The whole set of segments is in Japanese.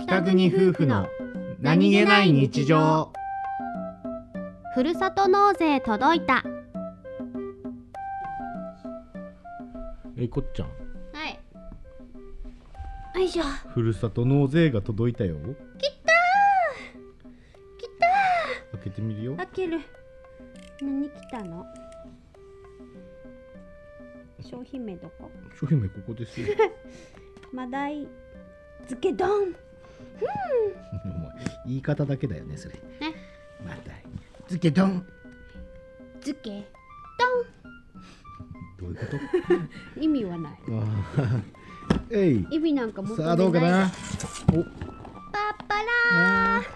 北国夫婦の何気ない日常。 ふるさと納税届いた。 こっちゃん、 はいよいしょ。 ふるさと納税が届いたよ。 来た開けてみるよ。 開ける。何来たの？商品名どこ？ 商品名ここですよ。 マダイ漬け丼。 もう言い方だけだよねそれ。 ね。 マダイ漬け丼。 漬けどういうこと意味はない。 えい。 意味なんか求めない。 さあどうかな。 パッパラー。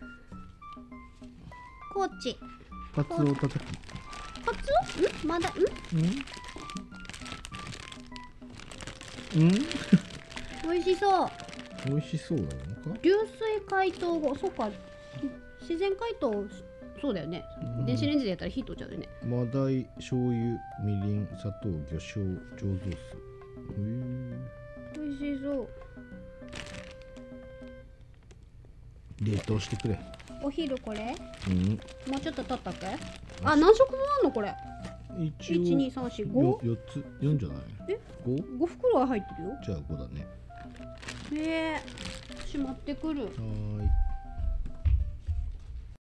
コーチ。 カツオたたき。 カツオ？まだ美味しそう。 美味しそうなのか。 流水解凍後、そうか。自然解凍、そうだよね。電子レンジでやったら火通っちゃうよね。 マダイ、醤油、みりん、砂糖、魚醤、醸造酢。 美味しそう。 冷凍してくれ。 お昼これ？もうちょっと経ったっけ？ あ、 何食分あんのこれ？ 一応 1、2、3、4、5？ 4つ、4じゃない？ 5 袋は入ってるよ。 じゃあ5だね。 しまってくる。 はーい。